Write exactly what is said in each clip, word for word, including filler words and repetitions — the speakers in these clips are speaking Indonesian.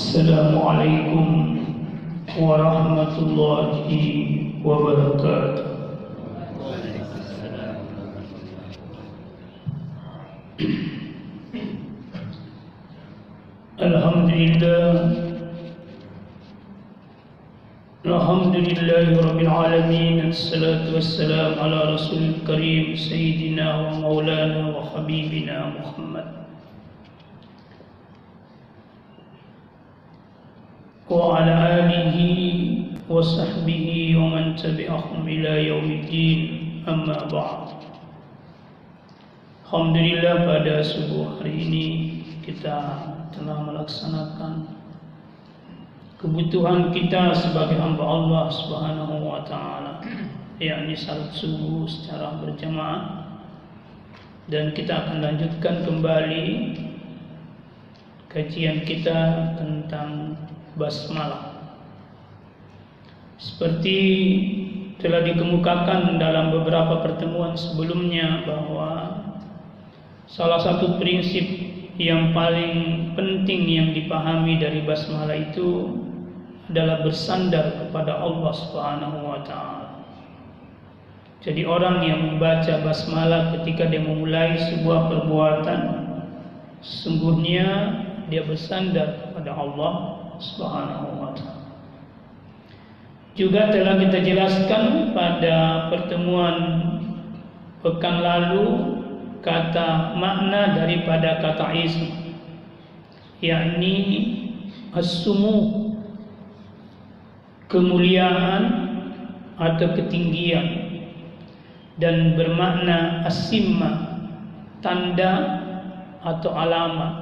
Assalamualaikum warahmatullahi wabarakatuh. Alhamdulillah Alhamdulillahi rabbil alamin. Assalatu wassalamu ala rasulil karim Sayyidina wa maulana wa habibina Muhammad wa ala alihi wa sahbihi wa man tabi'ahum ila yaumiddin, amma ba'd. Alhamdulillah, pada subuh hari ini kita telah melaksanakan kebutuhan kita sebagai hamba Allah Subhanahu wa ta'ala, yakni salat subuh secara berjamaah, dan kita akan lanjutkan kembali kajian kita tentang basmalah. Seperti telah dikemukakan dalam beberapa pertemuan sebelumnya bahwa salah satu prinsip yang paling penting yang dipahami dari basmalah itu adalah bersandar kepada Allah Subhanahu wa ta'ala. Jadi orang yang membaca basmalah ketika dia memulai sebuah perbuatan, sesungguhnya dia bersandar kepada Allah Subhanahu wa ta'ala. Juga telah kita jelaskan pada pertemuan pekan lalu kata makna daripada kata ism, yakni as-sumu, kemuliaan atau ketinggian, dan bermakna as-simma, tanda atau alamat.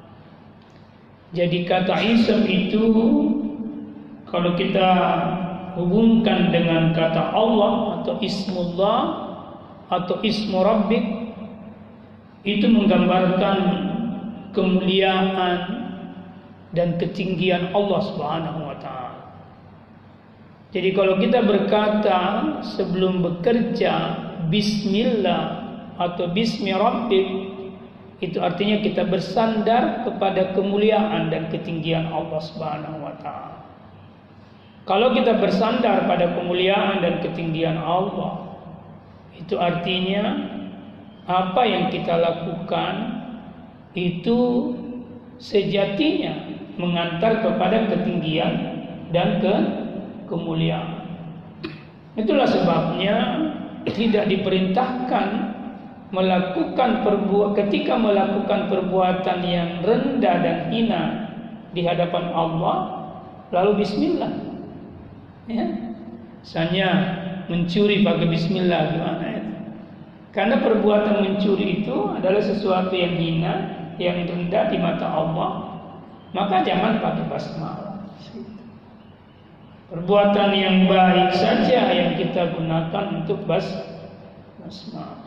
Jadi kata ism itu kalau kita hubungkan dengan kata Allah atau ismullah atau ismu rabbik, itu menggambarkan kemuliaan dan ketinggian Allah Subhanahu wa ta'ala. Jadi kalau kita berkata sebelum bekerja bismillah atau bismi rabbik, itu artinya kita bersandar kepada kemuliaan dan ketinggian Allah Subhanahu wa ta'ala. Kalau kita bersandar pada kemuliaan dan ketinggian Allah, itu artinya apa yang kita lakukan itu sejatinya mengantar kepada ketinggian dan ke kemuliaan. Itulah sebabnya tidak diperintahkan melakukan perbuatan ketika melakukan perbuatan yang rendah dan hina di hadapan Allah lalu bismillah, ya. Misalnya mencuri pakai bismillah, gimana itu? Karena perbuatan mencuri itu adalah sesuatu yang hina, yang rendah di mata Allah, maka jangan pakai basmalah. Perbuatan yang baik saja yang kita gunakan untuk bas basmalah.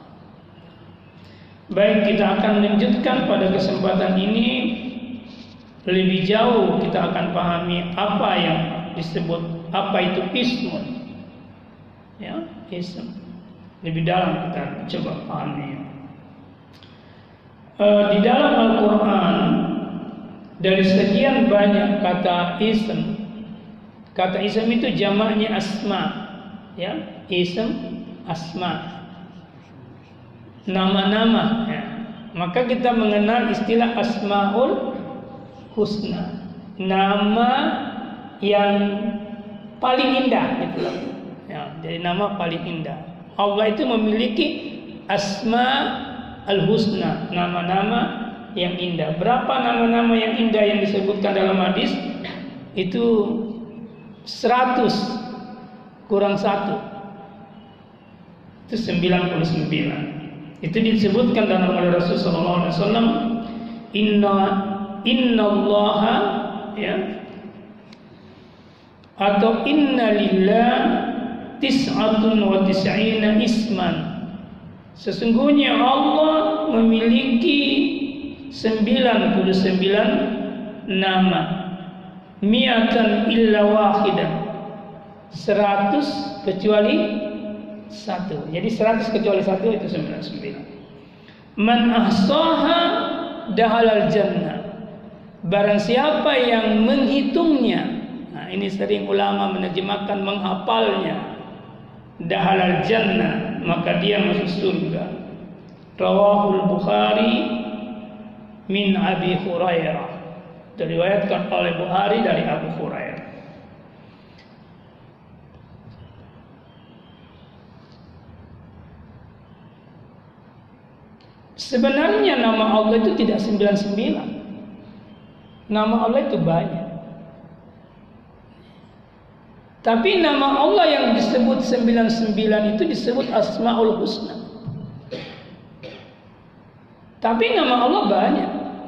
Baik, kita akan lanjutkan pada kesempatan ini. Lebih jauh kita akan pahami apa yang disebut apa itu ismun, ya, ism. Lebih dalam kita coba pahami. E, di dalam Al-Quran dari sekian banyak kata ism, kata ism itu jamaknya asma, ya, ism asma, nama-nama, ya. Maka kita mengenal istilah asmaul husna, nama yang paling indah, gitu loh. Ya, jadi nama paling indah. Allah itu memiliki asma al-husna, nama-nama yang indah. Berapa nama-nama yang indah yang disebutkan dalam hadis? Itu seratus kurang satu, itu sembilan puluh sembilan. Itu disebutkan dalam oleh Rasul sallallahu alaihi wasallam, inna innallaha, ya, atau inna lillah tis'atun wa tis'ina isman. Sesungguhnya Allah memiliki sembilan puluh sembilan nama, mi'atan illa wahidan, seratus kecuali satu. Jadi seratus kecuali satu itu sembilan puluh sembilan. Man ahsaha dahalal jannah. barang siapa yang menghitungnya, nah ini sering ulama menerjemahkan menghafalnya, dakhalal jannah, maka dia masuk surga. Rawahul Bukhari min Abi Hurairah, diriwayatkan oleh Bukhari dari Abu Hurairah. Sebenarnya nama Allah itu tidak sembilan puluh sembilan. Nama Allah itu banyak. Tapi nama Allah yang disebut sembilan puluh sembilan itu disebut Asmaul Husna. Tapi nama Allah banyak.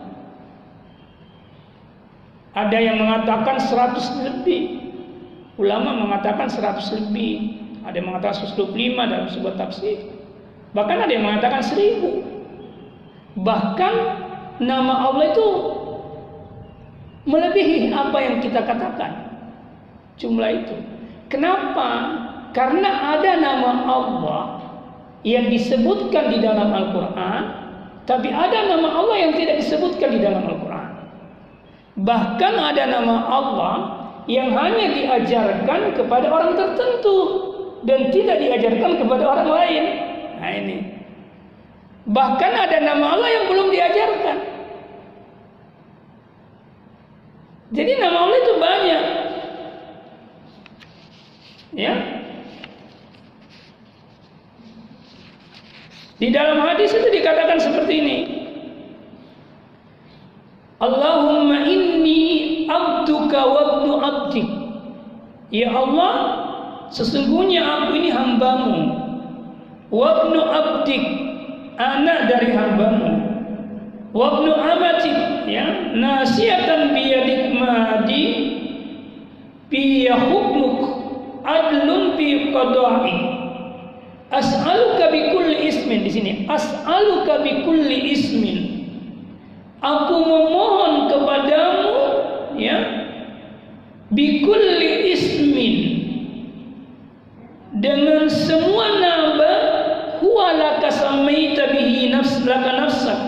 Ada yang mengatakan seratus lebih. Ulama mengatakan seratus lebih. Ada yang mengatakan seratus dua puluh lima dalam sebuah tafsir. Bahkan ada yang mengatakan seribu. Bahkan nama Allah itu melebihi apa yang kita katakan jumlah itu. Kenapa? Karena ada nama Allah yang disebutkan di dalam Al-Quran, tapi ada nama Allah yang tidak disebutkan di dalam Al-Quran. Bahkan ada nama Allah yang hanya diajarkan kepada orang tertentu dan tidak diajarkan kepada orang lain. Nah ini. Bahkan ada nama Allah yang belum diajarkan. Jadi nama Allah itu banyak. Ya. Di dalam hadis itu dikatakan seperti ini. Allahumma inni abduka wa ibnu abdik. Ya Allah, sesungguhnya aku ini hambamu. Wa ibnu abdik, anak dari hambamu. Wa ibnu amatik, ya, nasiatan biyadik madi fi hukmuk adlun fi qada'i. As'aluka bi kulli ismin, di sini as'aluka bi kulli ismin. Aku memohon kepadamu, ya, bi kulli ismin, dengan semua nama huwa laka samaita bihi nafs laka nafsak,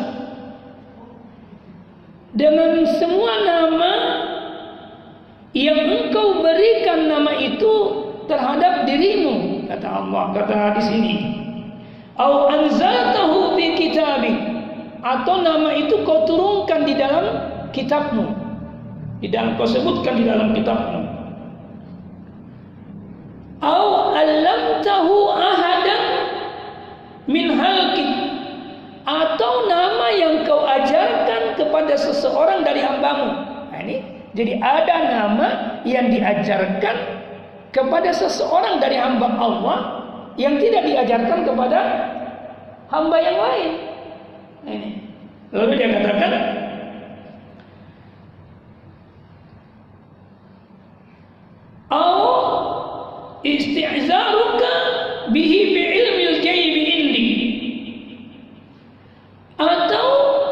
dengan semua nama yang engkau berikan nama itu terhadap dirimu, kata Allah, kata hadis ini. Au anzaltahu fi kitabik, atau nama itu kau turunkan di dalam kitabmu, di dalam kau sebutkan di dalam kitabmu. Au allamtahu ahadan min halqik, atau nama yang kau ajarkan kepada seseorang dari hambamu. Nah ini, jadi ada nama yang diajarkan kepada seseorang dari hamba Allah yang tidak diajarkan kepada hamba yang lain. Nah ini. Lalu dia katakan, au isti'zaruka bihi bi ilmil ghaibi indi, atau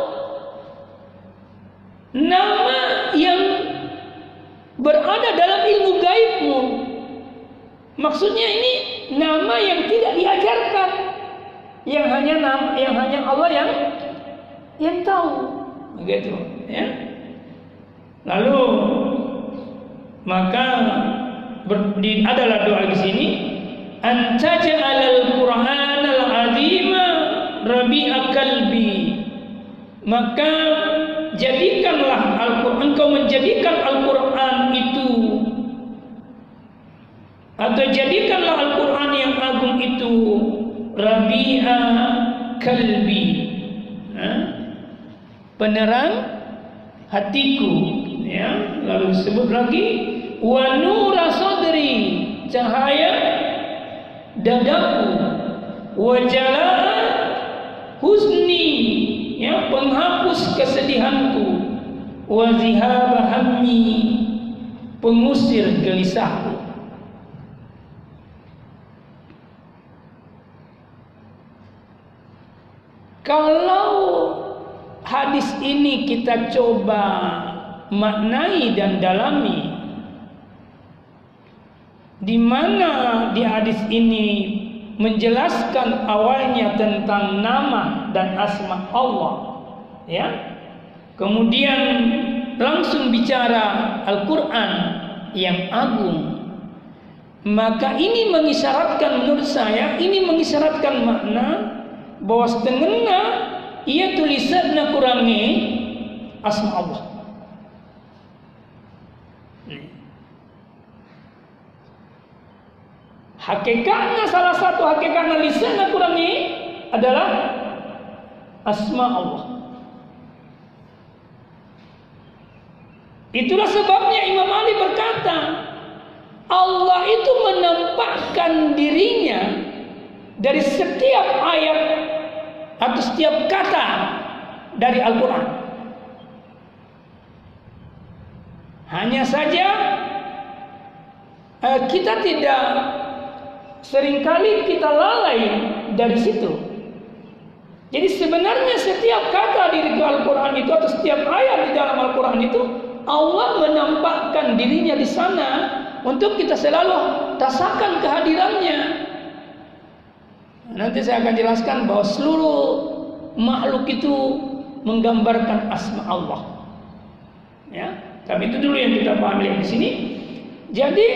nama yang berada dalam ilmu gaibmu. Maksudnya ini nama yang tidak diajarkan, yang hanya nama, yang hanya Allah yang yang tahu, begitu, ya. Lalu maka ber, di, adalah doa di sini, antaj'alal Qur'anal azima rabi'a qalbi, maka jadikanlah Al-Qur'an, engkau menjadikan Al-Qur'an itu, atau jadikanlah Al-Quran yang agung itu rabi'a kalbi, penerang hatiku, ya. Lalu disebut lagi wa nura sadri, cahaya dadaku, wa jalaa husni, ya, penghapus kesedihanku, wa zihaba hammi, pengusir gelisahku. Kalau hadis ini kita coba maknai dan dalami, di mana di hadis ini menjelaskan awalnya tentang nama dan asma Allah, ya. Kemudian langsung bicara Al-Quran yang agung, maka ini mengisyaratkan, menurut saya ini mengisyaratkan makna bahwa setengahnya ia tulisannya kurangi asma Allah. Hakikatnya, salah satu hakikatnya lisannya kurangi adalah asma Allah. Itulah sebabnya Imam Ali berkata, Allah itu menampakkan dirinya dari setiap ayat atau setiap kata dari Al-Quran. Hanya saja eh, kita tidak, seringkali kita lalai dari situ. Jadi sebenarnya setiap kata di Al-Quran itu atau setiap ayat di dalam Al-Quran itu Allah menampakkan dirinya di sana untuk kita selalu rasakan kehadirannya. Nanti saya akan jelaskan bahwa seluruh makhluk itu menggambarkan asma Allah. Ya, tapi itu dulu yang kita pahami di sini. Jadi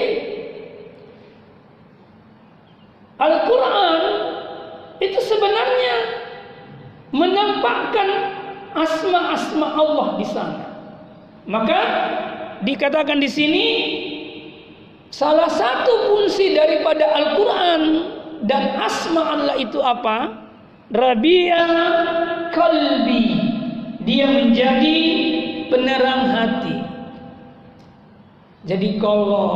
Al-Quran itu sebenarnya menampakkan asma-asma Allah di sana. Maka dikatakan di sini salah satu fungsi daripada Al-Quran dan asma Allah itu apa? Rabi'a qalbi, dia menjadi penerang hati. Jadi kalau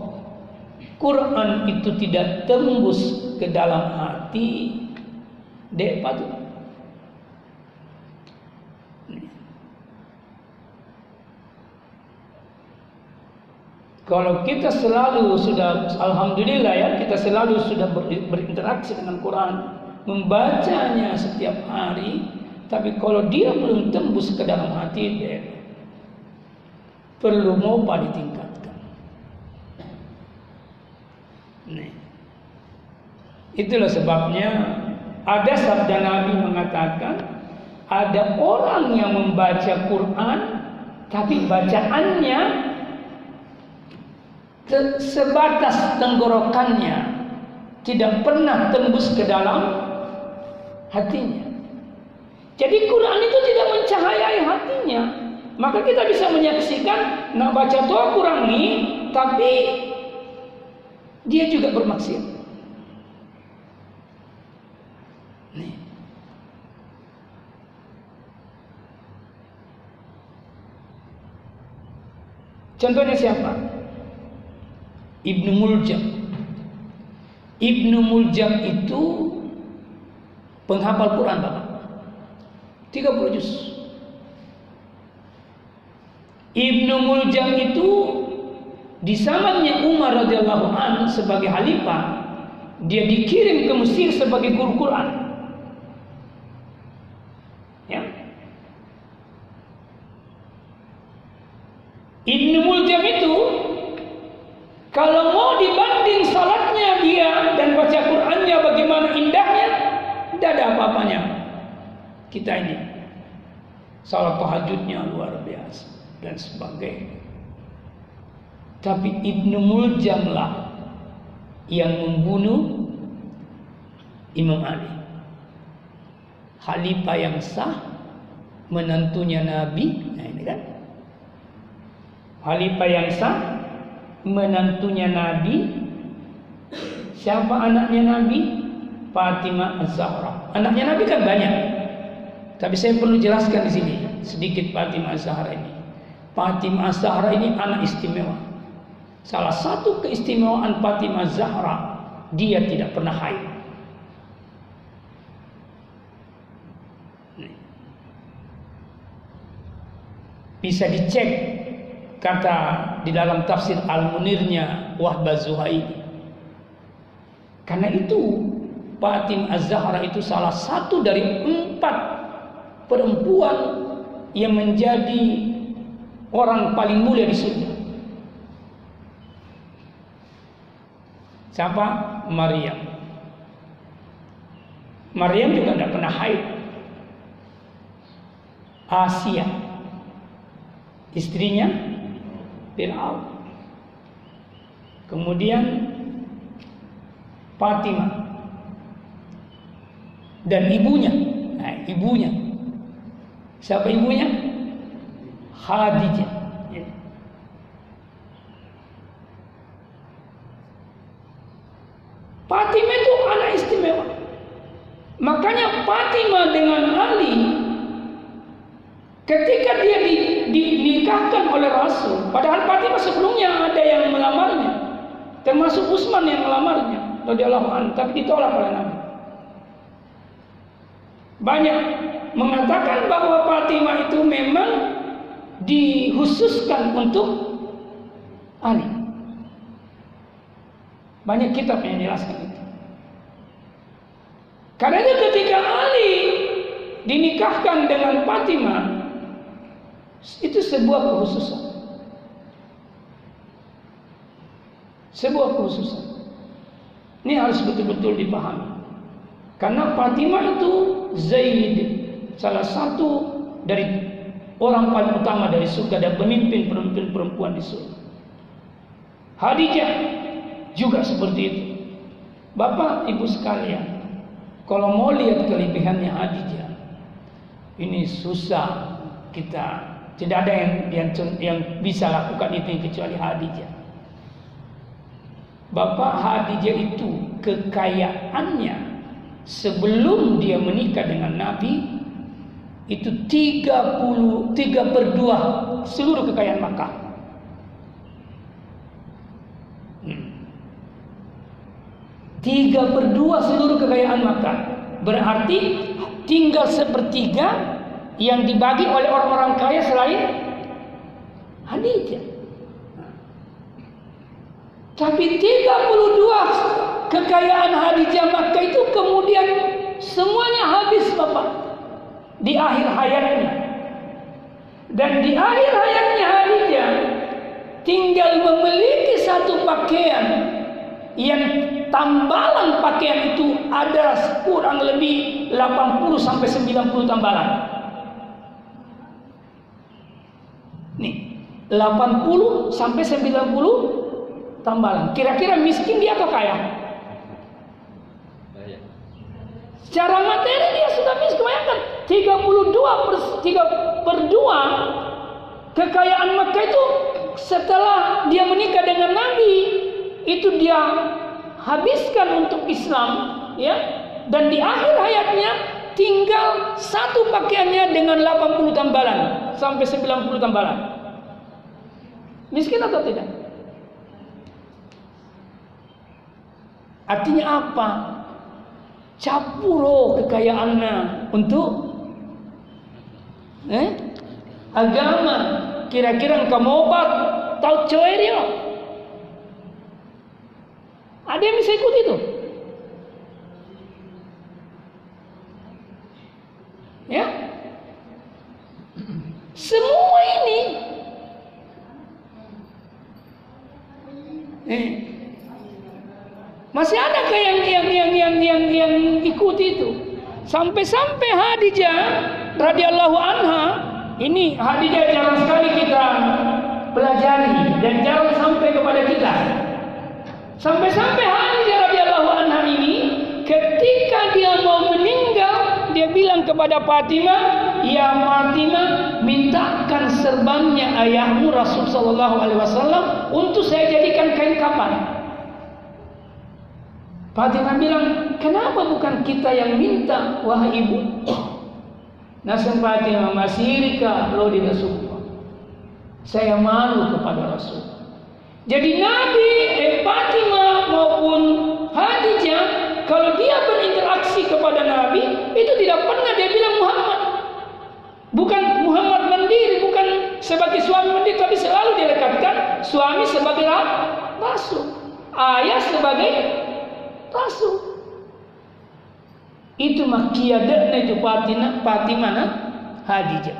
Quran itu tidak tembus ke dalam hati, dek patut. Kalau kita selalu sudah, alhamdulillah ya, kita selalu sudah ber, berinteraksi dengan Quran, membacanya setiap hari, tapi kalau dia belum tembus ke dalam hati, dia perlu mopa ditingkatkan. Nih. Itulah sebabnya ada sabda Nabi mengatakan, ada orang yang membaca Quran, tapi bacaannya sebatas tenggorokannya, tidak pernah tembus ke dalam hatinya. Jadi Quran itu tidak mencahayai hatinya. Maka kita bisa menyaksikan nak baca Tuhan kurangi, tapi dia juga bermaksiat. Nih. Contohnya siapa? Ibnu Muljam. Ibnu Muljam itu penghafal Quran, Bapak. tiga puluh juz. Ibnu Muljam itu di zamannya Umar radhiyallahu anhu sebagai khalifah, dia dikirim ke Mesir sebagai guru Quran. Ya. Ibnu Muljam itu kalau mau dibanding salatnya dia dan baca Qurannya bagaimana indahnya, tidak ada apa-apanya. Kita ini salat tahajudnya luar biasa dan sebagainya. Tapi Ibnu Muljam lah yang membunuh Imam Ali, khalifah yang sah, menantunya Nabi. Nah ini kan khalifah yang sah, menantunya Nabi. Siapa anaknya Nabi? Fatimah Az-Zahra. Anaknya Nabi kan banyak, tapi saya perlu jelaskan di sini sedikit Fatimah Az-Zahra ini. Fatimah Az-Zahra ini anak istimewa. Salah satu keistimewaan Fatimah Az-Zahra, dia tidak pernah haid. Bisa dicek kata di dalam tafsir Al-Munirnya Wahbah Zuhaili. Karena itu Fatimah Az-Zahra itu salah satu dari empat perempuan yang menjadi orang paling mulia di surga. Siapa? Maryam. Maryam juga tidak pernah haid. Asia. istrinya Fir'aun. Kemudian Fatimah dan ibunya. Nah, ibunya. Siapa ibunya? Khadijah. Ya. Fatimah itu anak istimewa. Makanya Fatimah dengan Ali, ketika dia di, di, dinikahkan oleh Rasul, padahal Fatimah sebelumnya ada yang melamarnya, termasuk Utsman yang melamarnya, radhiyallahu anhu, tapi ditolak oleh Nabi. Banyak mengatakan bahwa Fatimah itu memang dikhususkan untuk Ali. Banyak kitab yang menjelaskan itu. Karena itu ketika Ali dinikahkan dengan Fatimah, itu sebuah kekhususan. Sebuah kekhususan. Ini harus betul-betul dipahami. Karena Fatimah itu Zaid, salah satu dari orang paling utama dari surga dan pemimpin-pemimpin perempuan di surga. Khadijah juga seperti itu. Bapak Ibu sekalian, kalau mau lihat kelebihannya Khadijah, ini susah, kita tidak ada yang yang, yang bisa lakukan itu kecuali Khadijah. Bapak Khadijah itu kekayaannya sebelum dia menikah dengan Nabi itu tiga puluh tiga per dua seluruh kekayaan Makkah. Hmm. tiga per dua seluruh kekayaan Makkah. Berarti tinggal sepertiga yang dibagi oleh orang-orang kaya selain Khadijah. Tapi tiga puluh dua kekayaan Khadijah Makkah itu kemudian semuanya habis Bapak di akhir hayatnya. Dan di akhir hayatnya Khadijah tinggal memiliki satu pakaian yang tambalan pakaian itu ada kurang lebih delapan puluh sampai sembilan puluh tambalan. Nih, delapan puluh sampai sembilan puluh tambalan. Kira-kira miskin dia atau kaya? Secara materi dia sudah miskin. Bayangkan tiga puluh dua per, tiga per dua kekayaan Makkah itu setelah dia menikah dengan Nabi itu dia habiskan untuk Islam, ya. Dan di akhir hayatnya tinggal satu pakaiannya dengan delapan puluh tambalan sampai sembilan puluh tambalan. Miskin atau tidak? Artinya apa? Capuro kekayaannya untuk eh, agama. Kira-kira engkau mau obat tahu cewek dia? Ada yang bisa ikut itu? Ya? Semua ini eh, masih ada kayak yang yang yang yang yang, yang ikut itu. Sampai-sampai Khadijah radhiyallahu anha, ini Khadijah jarang sekali kita pelajari dan jarang sampai kepada kita. Sampai-sampai Khadijah radhiyallahu anha ini ketika dia mau meninggal, dia bilang kepada Fatimah, "Ya Fatimah, mintakan serbannya ayahmu Rasul sallallahu alaihi wasallam untuk saya jadikan kain kafan." Fatimah bilang, "Kenapa bukan kita yang minta, wahai ibu?" Nasib Fatimah, "Masirika lo di Rasulullah. Saya malu kepada Rasul." Jadi Nabi, eh, Fatimah maupun Khadijah, kalau dia berinteraksi kepada Nabi, itu tidak pernah dia bilang Muhammad. Bukan Muhammad mandiri, bukan sebagai suami mandiri, tapi selalu dia lekatkan suami sebagai rasul, ayah sebagai rasul. Itu makiadatnya itu Fatimah, Fatimah nah, Khadijah.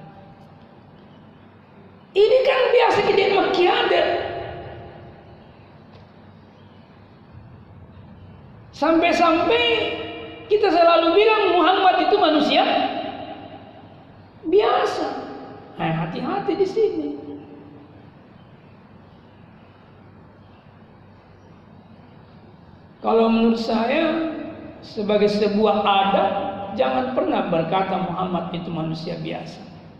Ini kan biasa kita makiadat. Sampai-sampai kita selalu bilang Muhammad itu manusia biasa. Nah, hati-hati di sini. Kalau menurut saya sebagai sebuah adab, jangan pernah berkata Muhammad itu manusia biasa.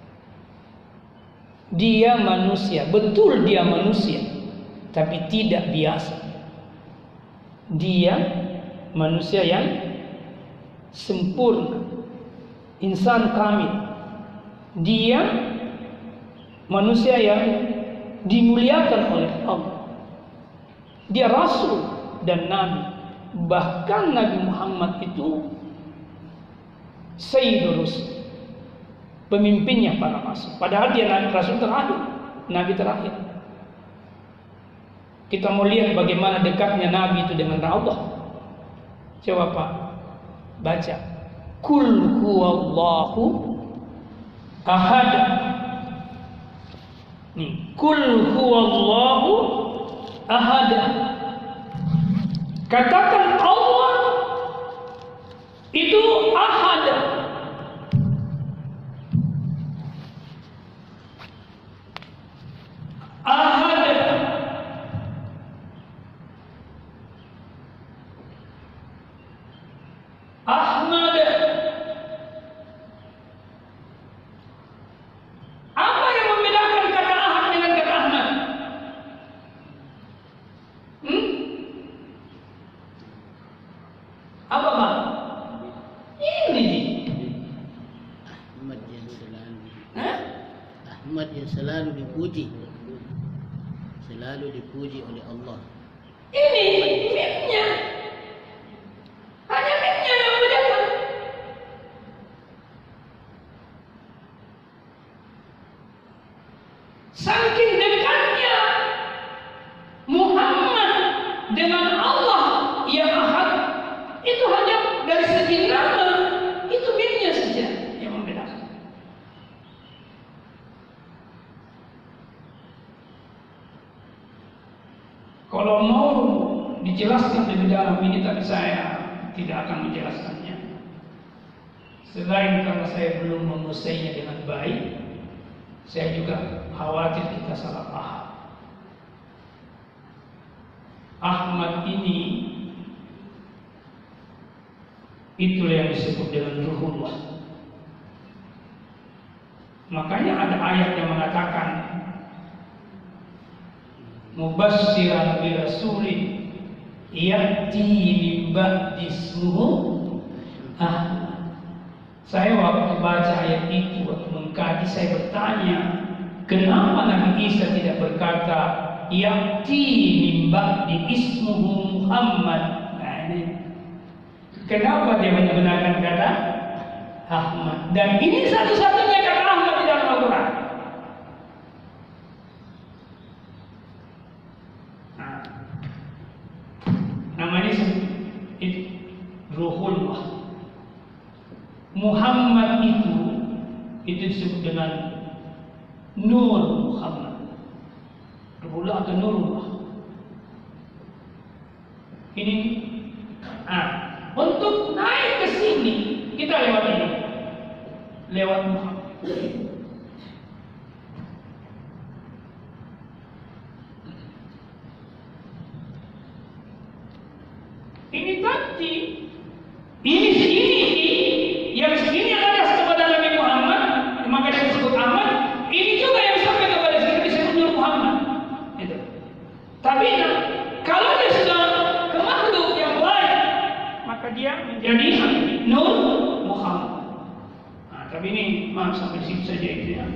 Dia manusia, betul dia manusia, tapi tidak biasa. Dia manusia yang sempurna, insan kamil. Dia manusia yang dimuliakan oleh Allah. Dia rasul dan nabi. Bahkan Nabi Muhammad itu Sayyidul Rusul, pemimpinnya para rasul. Padahal dia nabi rasul terakhir, nabi terakhir. Kita mau lihat bagaimana dekatnya nabi itu dengan Allah. Coba Pak, baca. Kul huwallahu ahad. Nih, kul huwallahu ahad. Katakan Allah itu ahad. Ahad. Ahmad. Apa yang membedakan kata ahad dengan kata Ahmad? Hmm? Apa Bang? Ini nih. Ahmad yang selalu Hah? Ahmad yang selalu dipuji, selalu dipuji oleh Allah. Ini mimnya. Hanya mimnya yang membedakan. Saking dekatnya Muhammad dengan Allah yang ahad, itu hanya dari segi nama, itu mimnya saja yang membedakan. Kalau mau dijelaskan lebih dalam ini, tapi saya tidak akan menjelaskannya. Selain karena saya belum menguasainya dengan baik, saya juga khawatir kita salah paham. Ahmad ini itulah yang disebut dengan Ruhullah. Makanya ada ayat yang mengatakan mubassiran bi rasulin ya'ti min ba'di ismuhu Ahmad. Saya waktu baca ayat itu, waktu mengkaji, saya bertanya, kenapa Nabi Isa tidak berkata ya'ti min ba'di ismuhu Muhammad? Nah, ini kenapa dia menggunakan kata Ahmad? Dan ini satu-satunya kata Ahmad di dalam Al-Quran. Nah, namanya itu Ruhullah. Muhammad itu itu disebut dengan Nur Muhammad. Ruhullah atau Nurullah. Ini ah, untuk naik ke sini kita lewat ini, lewat Muhammad. Ini tadi, ini segini, yang segini yang ada kepada Nabi Muhammad, maka dia disebut Ahmad. Ini juga yang sampai kepada sini disebut Nur Muhammad. Itu. Tapi nah, kalau dia sudah ke makhluk yang lain, maka dia menjadi Nur Muhammad. Nah, tapi ini maaf sampai situ saja itu ya.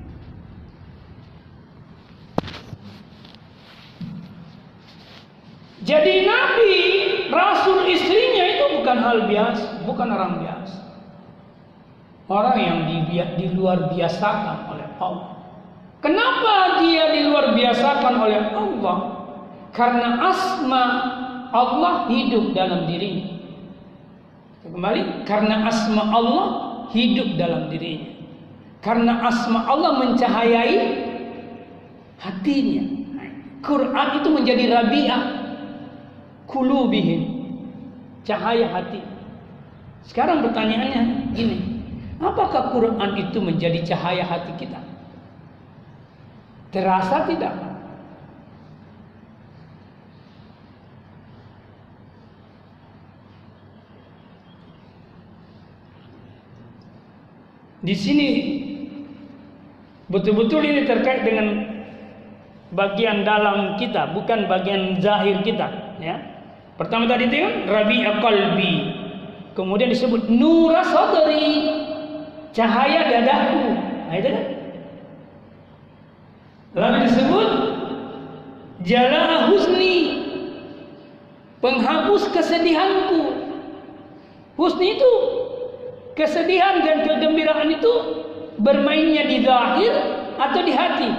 Jadi Nabi, Rasul, istrinya itu bukan hal biasa, bukan orang biasa. Orang yang di, di luar biasakan oleh Allah. Kenapa dia di luar biasakan oleh Allah? Karena asma Allah hidup dalam dirinya. Kembali, karena asma Allah hidup dalam dirinya. Karena asma Allah mencahayai hatinya. Quran itu menjadi rabi'ah qulubihim, cahaya hati. Sekarang pertanyaannya gini, apakah Quran itu menjadi cahaya hati kita? Terasa tidak? Di sini betul-betul ini terkait dengan bagian dalam kita, bukan bagian zahir kita, ya. Pertama tadi itu kan rabi'a qalbi. Kemudian disebut nura sadri, cahaya dadaku. Nah, itu kan. Lalu disebut jala'a husni, penghapus kesedihanku. Husni itu kesedihan dan kegembiraan itu bermainnya di zahir atau di hati.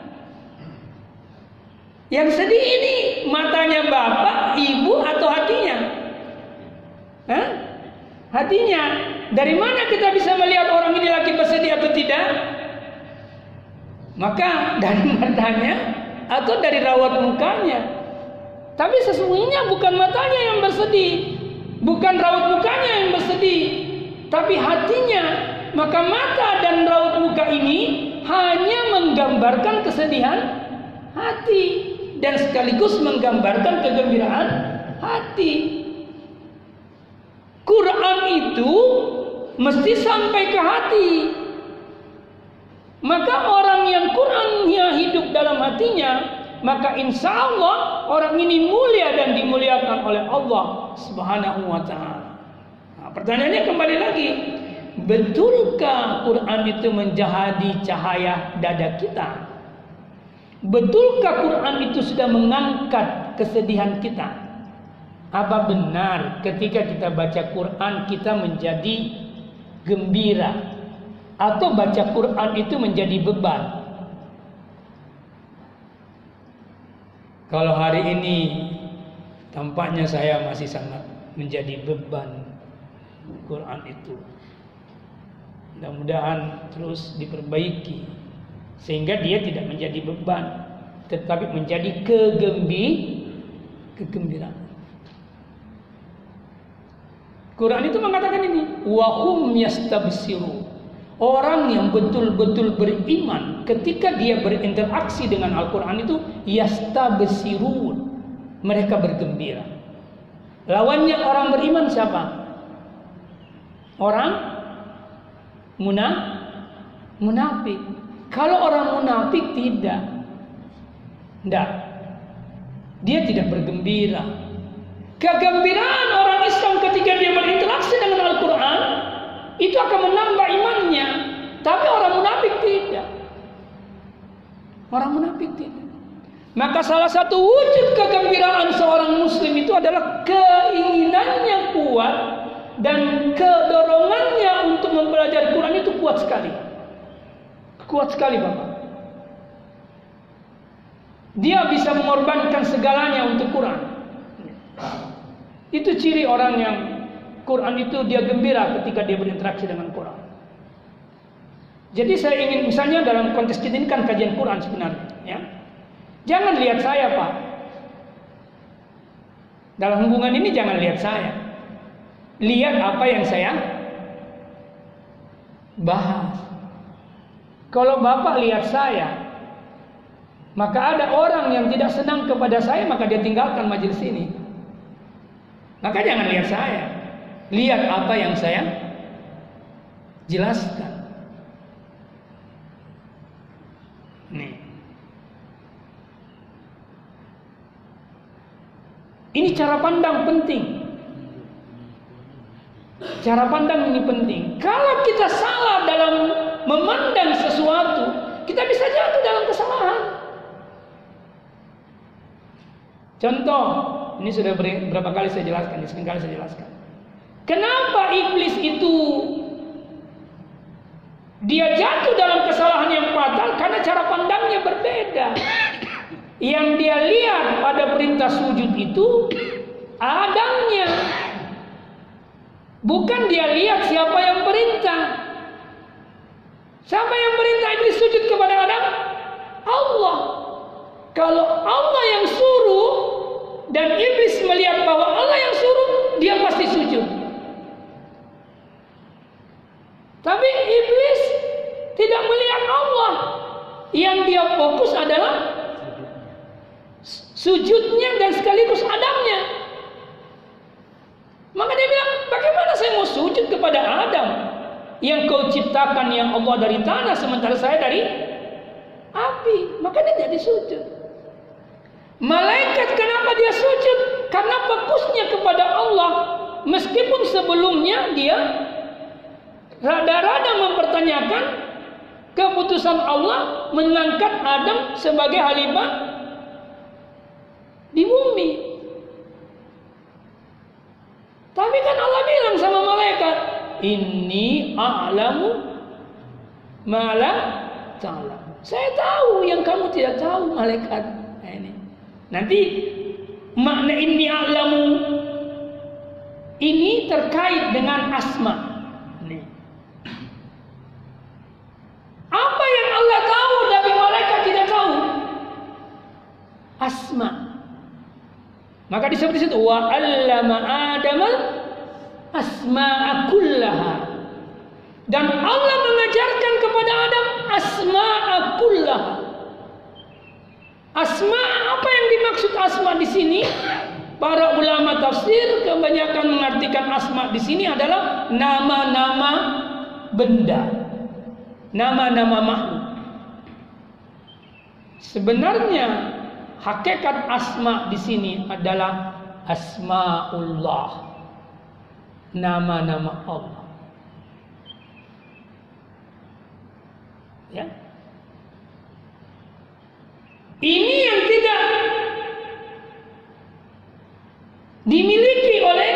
Yang sedih ini matanya bapak, ibu atau hatinya? Hah? Hatinya. Dari mana kita bisa melihat orang ini lagi bersedih atau tidak? Maka dari matanya atau dari raut mukanya. Tapi sesungguhnya bukan matanya yang bersedih, bukan raut mukanya yang bersedih, tapi hatinya. Maka mata dan raut muka ini hanya menggambarkan kesedihan hati dan sekaligus menggambarkan kegembiraan hati. Quran itu mesti sampai ke hati. Maka orang yang Qurannya hidup dalam hatinya, maka insya Allah orang ini mulia dan dimuliakan oleh Allah Subhanahu wa ta'ala. Nah, pertanyaannya kembali lagi, betulkah Quran itu menjadi cahaya dada kita? Betulkah Quran itu sudah mengangkat kesedihan kita? Apa benar ketika kita baca Quran kita menjadi gembira, atau baca Quran itu menjadi beban? Kalau hari ini tampaknya saya masih sangat menjadi beban Quran itu. Mudah-mudahan terus diperbaiki sehingga dia tidak menjadi beban, tetapi menjadi kegembi, kegembiraan. Quran itu mengatakan ini, wa hum yastabsiru. Orang yang betul-betul beriman ketika dia berinteraksi dengan Al-Quran itu yastabsirun, mereka bergembira. Lawannya orang beriman siapa? Orang muna, munafik. Kalau orang munafik tidak, tidak, dia tidak bergembira. Kegembiraan orang Islam ketika dia berinteraksi dengan Al-Quran itu akan menambah imannya. Tapi orang munafik tidak. Orang munafik tidak. Maka salah satu wujud kegembiraan seorang muslim itu adalah keinginannya kuat dan kedorongannya untuk mempelajari Quran itu kuat sekali. Kuat sekali Bapak. Dia bisa mengorbankan segalanya untuk Quran. Itu ciri orang yang Quran itu dia gembira ketika dia berinteraksi dengan Quran. Jadi saya ingin misalnya dalam konteks kita ini kan kajian Quran sebenarnya, ya. Jangan lihat saya Pak. Dalam hubungan ini jangan lihat saya. Lihat apa yang saya bahas. Kalau Bapak lihat saya, maka ada orang yang tidak senang kepada saya, maka dia tinggalkan majelis ini. Maka jangan lihat saya. Lihat apa yang saya jelaskan. Nih. Ini cara pandang penting. Cara pandang ini penting. Kalau kita salah dalam memandang sesuatu, kita bisa jatuh dalam kesalahan. Contoh, ini sudah berapa kali saya jelaskan, sekian kali saya jelaskan. Kenapa iblis itu dia jatuh dalam kesalahan yang fatal? Karena cara pandangnya berbeda. Yang dia lihat pada perintah sujud itu Adamnya, bukan dia lihat siapa yang perintah. Siapa yang perintah iblis sujud kepada Adam? Allah. Kalau Allah yang suruh dan iblis melihat bahwa Allah yang suruh, dia pasti sujud. Tapi iblis tidak melihat Allah. yang dia fokus adalah sujudnya dan sekaligus Adamnya. Maka dia bilang, bagaimana saya mau sujud kepada Adam yang kau ciptakan yang Allah dari tanah, sementara saya dari api? Maka dia tidak disujud. Malaikat kenapa dia sujud? Karena fokusnya kepada Allah. Meskipun sebelumnya dia rada-rada mempertanyakan keputusan Allah mengangkat Adam sebagai khalifah di bumi. Tapi kan Allah bilang sama malaikat, inni a'lamu ma la ta'lam. Saya tahu yang kamu tidak tahu, malaikat. Nah, ini. Nanti makna inni a'lamu ini terkait dengan asma. Nih. Apa yang Allah tahu tapi malaikat tidak tahu? Asma. Maka disebut di situ wa 'allama Adamal asma'a kullaha. Dan Allah mengajarkan kepada Adam asma'a kullaha. Asma, apa yang dimaksud asma di sini? Para ulama tafsir kebanyakan mengartikan asma di sini adalah nama-nama benda, nama-nama makhluk. Sebenarnya hakikat asma di sini adalah asmaullah, nama-nama Allah. Ya. Ini yang tidak dimiliki oleh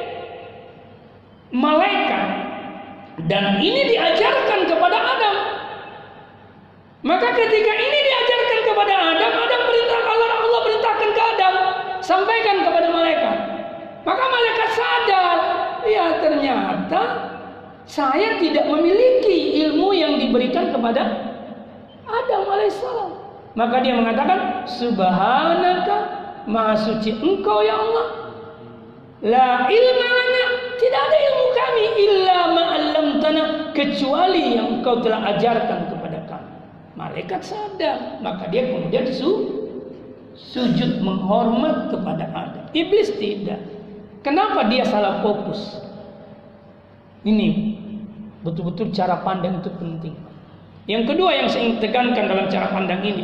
malaikat dan ini diajarkan kepada Adam. Maka ketika ini diajarkan kepada Adam, Adam perintah Allah, Allah perintahkan ke Adam, sampaikan kepada malaikat. Maka malaikat sadar, ya ternyata saya tidak memiliki ilmu yang diberikan kepada Adam alaihissalam. Maka dia mengatakan, subhanaka, maha suci engkau ya Allah. La ilma lana, tidak ada ilmu kami illa ma'allamtana, kecuali yang engkau telah ajarkan kepada kami. Malaikat sadar, maka dia kemudian su sujud menghormat kepada Adam. Iblis tidak. Kenapa dia salah fokus? Ini betul-betul cara pandang itu penting. Yang kedua yang saya ingin tekankan dalam cara pandang ini,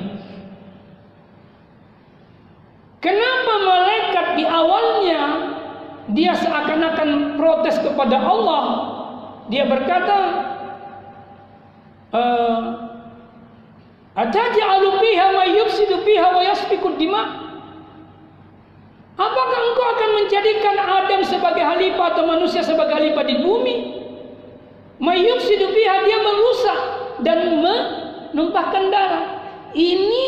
kenapa malaikat di awalnya dia seakan-akan protes kepada Allah? Dia berkata, ataj'alu fiha ma yufsidu fiha wa yasfiku dima? Apakah engkau akan menjadikan Adam sebagai khalifah atau manusia sebagai khalifah di bumi? Ma yufsidu fiha, dia merusak dan menumpahkan darah. Ini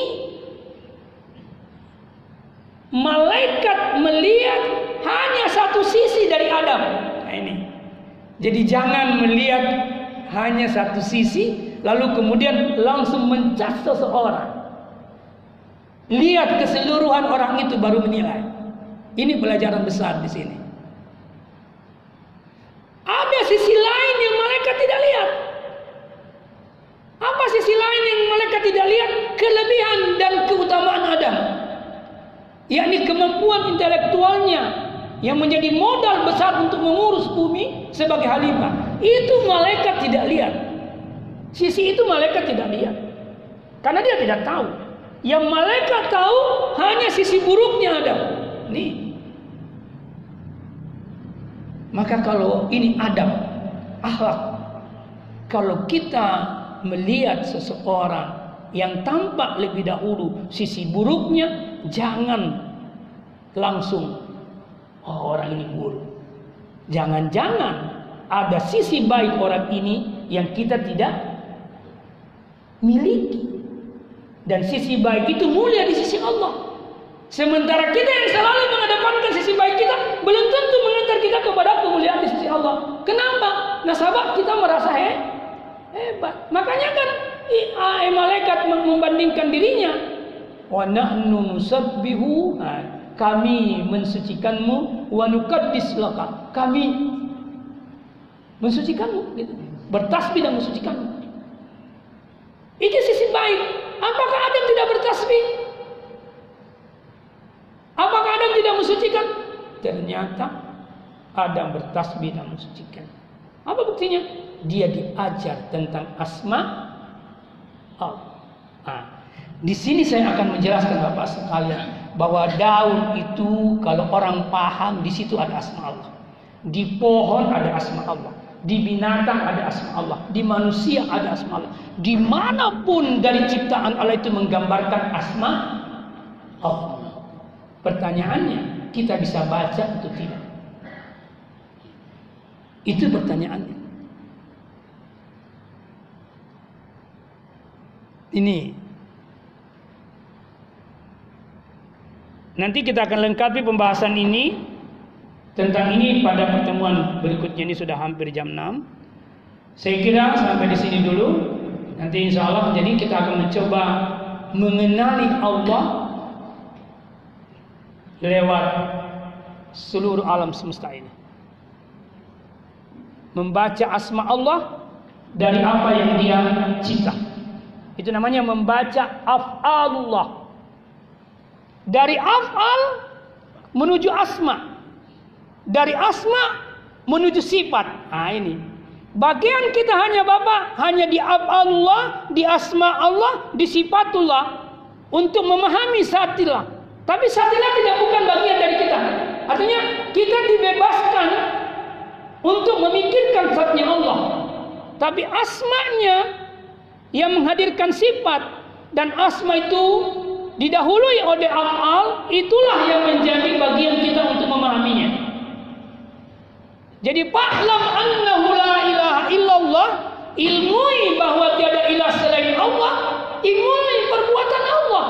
malaikat melihat hanya satu sisi dari Adam. Nah ini. Jadi jangan melihat hanya satu sisi lalu kemudian langsung mencap seseorang. Lihat keseluruhan orang itu baru menilai. Ini pelajaran besar di sini. Ada sisi lain yang malaikat tidak lihat. Apa sisi lain yang malaikat tidak lihat? Kelebihan dan keutamaan Adam, yakni kemampuan intelektualnya yang menjadi modal besar untuk mengurus bumi sebagai khalifah. Itu malaikat tidak lihat. Sisi itu malaikat tidak lihat, karena dia tidak tahu. Yang malaikat tahu hanya sisi buruknya Adam. Nih. Maka kalau ini Adam, akhlak. Kalau kita melihat seseorang yang tampak lebih dahulu sisi buruknya, jangan langsung, oh orang ini buruk. Jangan-jangan ada sisi baik orang ini yang kita tidak miliki. Dan sisi baik itu mulia di sisi Allah. Sementara kita yang selalu mengedepankan sisi baik kita, belum tentu mengantar kita kepada kemuliaan di sisi Allah. Kenapa? Nasabah kita merasa he, hebat. Makanya kan eh, malaikat membandingkan dirinya. Wa nahnu nusabbihu, kami mensucikanmu, wa nuqaddis laka, kami mensucikanmu, gitu. Bertasbih dan mensucikanmu. Itu sisi baik. bertasbih. Apakah Adam tidak mensucikan? Ternyata Adam bertasbih dan mensucikan. Apa buktinya? Dia diajar tentang asma Allah. Nah, di sini saya akan menjelaskan Bapak sekalian bahwa daun itu kalau orang paham di situ ada asma Allah. Di pohon ada asma Allah. Di binatang ada asma Allah. Di manusia ada asma Allah. Dimanapun dari ciptaan Allah itu menggambarkan asma Allah. Pertanyaannya, kita bisa baca atau tidak? Itu pertanyaannya. Ini. Nanti kita akan lengkapi pembahasan ini tentang ini pada pertemuan berikutnya. Ini sudah hampir jam enam. Saya kira sampai di sini dulu. Nanti insya Allah jadi kita akan mencoba mengenali Allah lewat seluruh alam semesta ini. Membaca asma Allah dari apa yang Dia cipta. Itu namanya membaca af'alullah. Dari af'al menuju asma. Dari asma menuju sifat. Nah ini. Bagian kita hanya Bapak, hanya di af'alullah, di asma Allah, di sifatullah. Untuk memahami satillah. Tapi satillah tidak bukan bagian dari kita. Artinya kita dibebaskan untuk memikirkan zatnya Allah. Tapi asmanya yang menghadirkan sifat. Dan asma itu didahului oleh af'al, itulah yang menjadi bagian kita untuk memahaminya. Jadi fa'lam annahu la ilaha illallah, ilmui bahwa tiada ilah selain Allah, ilmui perbuatan Allah.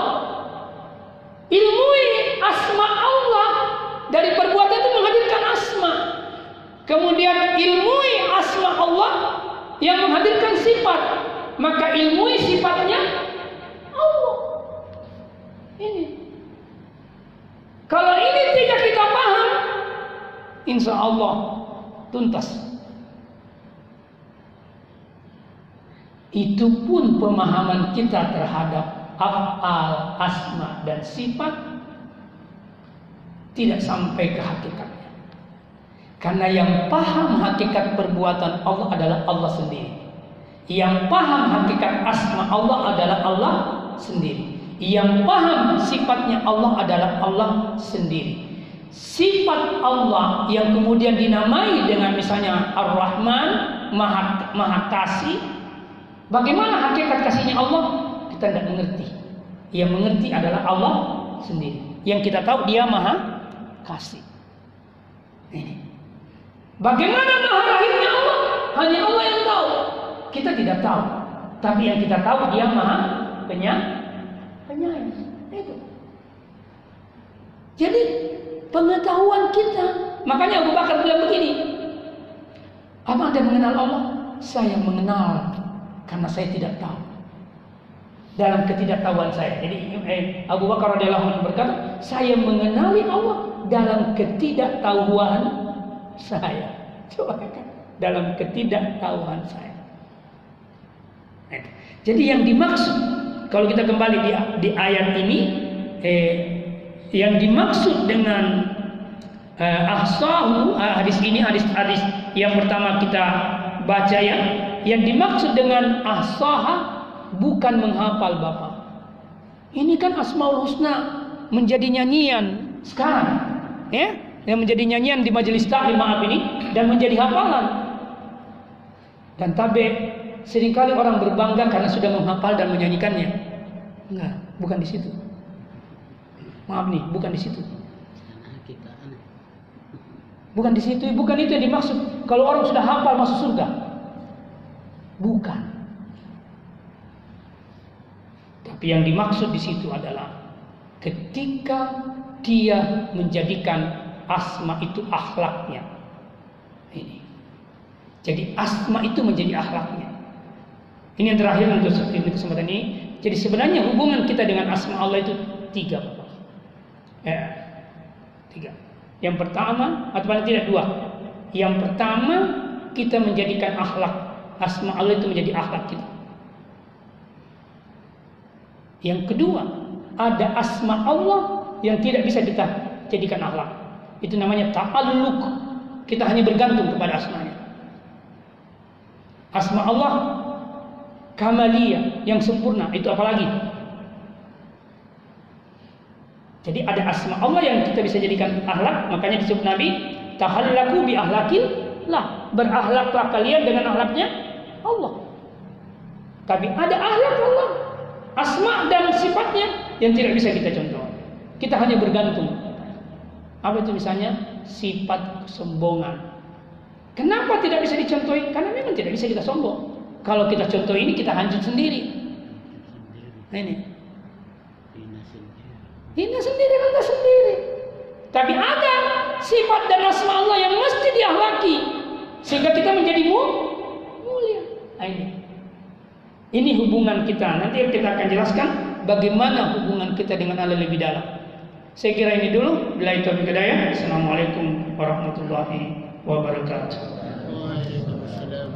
Ilmui asma Allah, dari perbuatan itu menghadirkan asma. Kemudian ilmui asma Allah yang menghadirkan sifat, maka ilmui sifatnya Allah. Ini. Kalau ini tidak kita paham, insya Allah tuntas. Itu pun pemahaman kita terhadap af'al, asma dan sifat tidak sampai ke hakikatnya. Karena yang paham hakikat perbuatan Allah adalah Allah sendiri. Yang paham hakikat asma Allah adalah Allah sendiri. Yang paham sifatnya Allah adalah Allah sendiri. Sifat Allah yang kemudian dinamai dengan misalnya Ar-Rahman, Maha, Maha Kasih. Bagaimana hakikat kasihnya Allah? Kita tidak mengerti. Yang mengerti adalah Allah sendiri. Yang kita tahu Dia Maha Kasih. Ini. Bagaimana Maha Rahimnya Allah? Hanya Allah yang tahu. Kita tidak tahu. Tapi yang kita tahu Dia Maha Penyayang. Penyayang. Itu. Jadi pengetahuan kita. Makanya Abu Bakar bilang begini. Apa Anda mengenal Allah? Saya mengenal karena saya tidak tahu. Dalam ketidaktahuan saya. Jadi eh, Abu Bakar radhiyallahu anhu berkata, saya mengenali Allah dalam ketidaktahuan saya. Coba kan, dalam ketidaktahuan saya. Jadi yang dimaksud, kalau kita kembali di, di ayat ini, eh, yang dimaksud dengan eh, ahsahu, hadis ini hadis-hadis yang pertama kita baca ya, yang dimaksud dengan ahsaha bukan menghafal Bapak. Ini kan Asmaul Husna menjadi nyanyian sekarang, ya, yang menjadi nyanyian di majelis taklim maaf ini dan menjadi hafalan. Dan tabe seringkali orang berbangga karena sudah menghafal dan menyanyikannya. Enggak, bukan di situ. Maaf nih, bukan di situ. Bukan di situ, bukan itu yang dimaksud. Kalau orang sudah hafal masuk surga. Bukan. Tapi yang dimaksud di situ adalah ketika dia menjadikan asma itu akhlaknya. Ini. Jadi asma itu menjadi akhlaknya. Ini yang terakhir untuk kesempatan ini. Jadi sebenarnya hubungan kita dengan asma Allah itu tiga, Bapak. Ya, tiga. Yang pertama, atau paling tidak dua. Yang pertama, kita menjadikan akhlak asma Allah itu menjadi akhlak kita. Yang kedua, ada asma Allah yang tidak bisa kita jadikan akhlak. Itu namanya ta'alluq. Kita hanya bergantung kepada asmanya. Asma Allah kamaliyah, yang sempurna. Itu apalagi? Jadi ada asma Allah yang kita bisa jadikan akhlak. Makanya disebut Nabi, tahallaku bi akhlakillah. Berakhlaklah kalian dengan akhlaknya Allah. Tapi ada akhlak Allah, asma dan sifatnya yang tidak bisa kita contoh. Kita hanya bergantung. Apa itu misalnya? Sifat kesombongan. Kenapa tidak bisa dicontohi? Karena memang tidak bisa kita sombong. Kalau kita contoh ini, kita hancur sendiri. Nah ini. Hina sendiri, rendah sendiri. Tapi ada sifat dan asma Allah yang mesti diakhlaki sehingga kita menjadi mulia. Nah, ini. Ini hubungan kita. Nanti kita akan jelaskan bagaimana hubungan kita dengan Allah lebih dalam. Saya kira ini dulu. Bila itu hidayah. Assalamualaikum warahmatullahi wabarakatuh. Waalaikumsalam.